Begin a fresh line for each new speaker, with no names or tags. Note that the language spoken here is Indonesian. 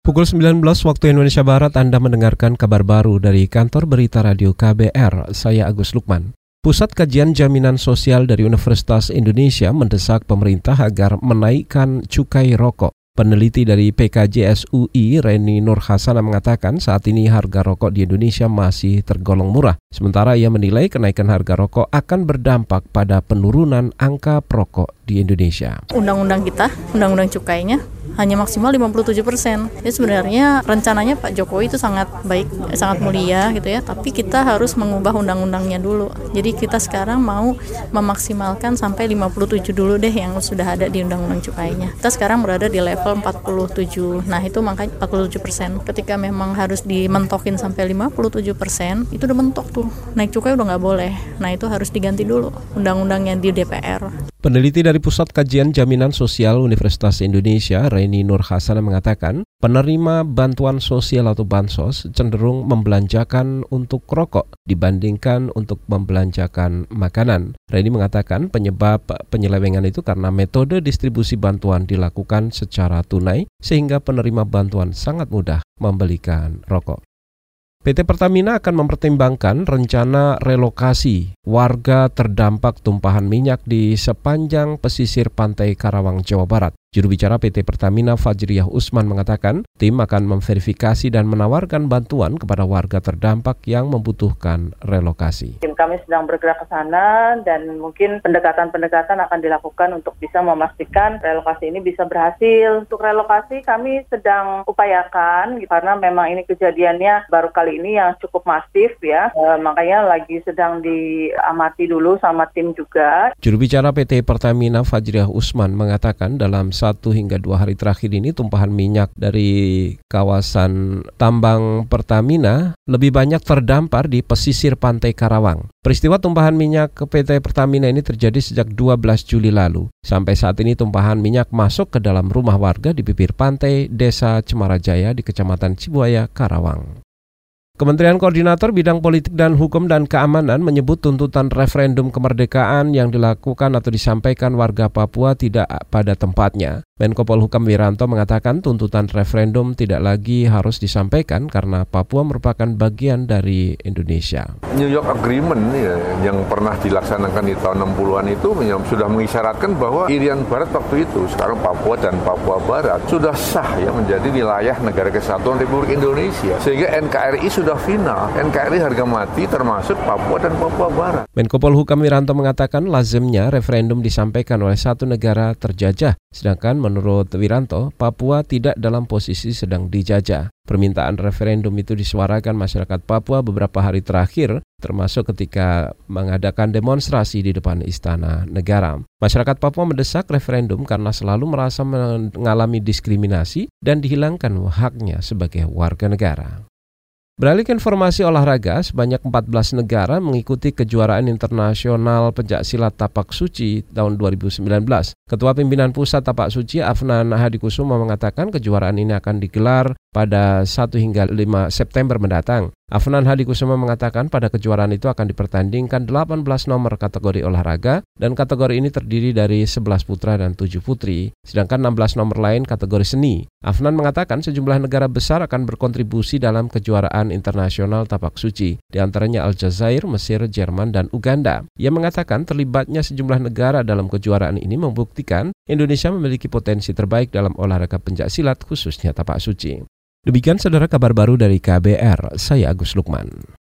Pukul 19 waktu Indonesia Barat, Anda mendengarkan kabar baru dari kantor berita radio KBR. Saya Agus Lukman. Pusat Kajian Jaminan Sosial dari Universitas Indonesia mendesak pemerintah agar menaikkan cukai rokok. Peneliti dari PKJSUI, Reni Nurhasana, mengatakan saat ini harga rokok di Indonesia masih tergolong murah. Sementara ia menilai kenaikan harga rokok akan berdampak pada penurunan angka perokok di Indonesia.
Undang-undang kita, undang-undang cukainya, hanya maksimal 57%. Jadi sebenarnya rencananya Pak Jokowi itu sangat baik, sangat mulia gitu ya. Tapi kita harus mengubah undang-undangnya dulu. Jadi kita sekarang mau memaksimalkan sampai 57 dulu deh yang sudah ada di undang-undang cukainya. Kita sekarang berada di level 47. Nah itu makanya 47%. Ketika memang harus dimentokin sampai 57%, itu udah mentok tuh. Naik cukai udah nggak boleh. Nah itu harus diganti dulu undang-undangnya di DPR.
Peneliti dari Pusat Kajian Jaminan Sosial Universitas Indonesia, Reni Nurhasana, mengatakan penerima bantuan sosial atau bansos cenderung membelanjakan untuk rokok dibandingkan untuk membelanjakan makanan. Reni mengatakan penyebab penyelewengan itu karena metode distribusi bantuan dilakukan secara tunai sehingga penerima bantuan sangat mudah membelikan rokok. PT Pertamina akan mempertimbangkan rencana relokasi warga terdampak tumpahan minyak di sepanjang pesisir pantai Karawang, Jawa Barat. Juru bicara PT Pertamina, Fajriyah Usman, mengatakan tim akan memverifikasi dan menawarkan bantuan kepada warga terdampak yang membutuhkan relokasi.
Tim kami sedang bergerak ke sana dan mungkin pendekatan-pendekatan akan dilakukan untuk bisa memastikan relokasi ini bisa berhasil. Untuk relokasi kami sedang upayakan karena memang ini kejadiannya baru kali ini yang cukup masif ya. Makanya lagi sedang diamati dulu sama tim juga. Juru
bicara PT Pertamina, Fajriyah Usman, mengatakan dalam 1 hingga 2 hari terakhir ini tumpahan minyak dari kawasan tambang Pertamina lebih banyak terdampar di pesisir pantai Karawang. Peristiwa tumpahan minyak ke PT Pertamina ini terjadi sejak 12 Juli lalu. Sampai saat ini tumpahan minyak masuk ke dalam rumah warga di bibir pantai Desa Cemarajaya di Kecamatan Cibuaya, Karawang. Kementerian Koordinator Bidang Politik dan Hukum dan Keamanan menyebut tuntutan referendum kemerdekaan yang dilakukan atau disampaikan warga Papua tidak pada tempatnya. Menko Polhukam Wiranto mengatakan tuntutan referendum tidak lagi harus disampaikan karena Papua merupakan bagian dari Indonesia.
New York Agreement ya, yang pernah dilaksanakan di tahun 60-an itu sudah mengisyaratkan bahwa Irian Barat waktu itu, sekarang Papua dan Papua Barat, sudah sah ya menjadi wilayah Negara Kesatuan Republik Indonesia. Sehingga NKRI sudah final. NKRI harga mati termasuk Papua dan Papua Barat.
Menko Polhukam Wiranto mengatakan lazimnya referendum disampaikan oleh satu negara terjajah. Sedangkan menurut Wiranto, Papua tidak dalam posisi sedang dijajah. Permintaan referendum itu disuarakan masyarakat Papua beberapa hari terakhir, termasuk ketika mengadakan demonstrasi di depan Istana Negara. Masyarakat Papua mendesak referendum karena selalu merasa mengalami diskriminasi dan dihilangkan haknya sebagai warga negara. Beralih ke informasi olahraga, sebanyak 14 negara mengikuti kejuaraan internasional pencaksilat tapak suci tahun 2019. Ketua Pimpinan Pusat Tapak Suci Afnan Hadikusumo mengatakan kejuaraan ini akan digelar pada 1 hingga 5 September mendatang. Afnan Hadikusumo mengatakan pada kejuaraan itu akan dipertandingkan 18 nomor kategori olahraga dan kategori ini terdiri dari 11 putra dan 7 putri, sedangkan 16 nomor lain kategori seni. Afnan mengatakan sejumlah negara besar akan berkontribusi dalam kejuaraan internasional tapak suci, di antaranya Aljazair, Mesir, Jerman, dan Uganda. Ia mengatakan terlibatnya sejumlah negara dalam kejuaraan ini membuktikan Indonesia memiliki potensi terbaik dalam olahraga pencaksilat khususnya tapak suci. Demikian saudara kabar baru dari KBR, saya Agus Lukman.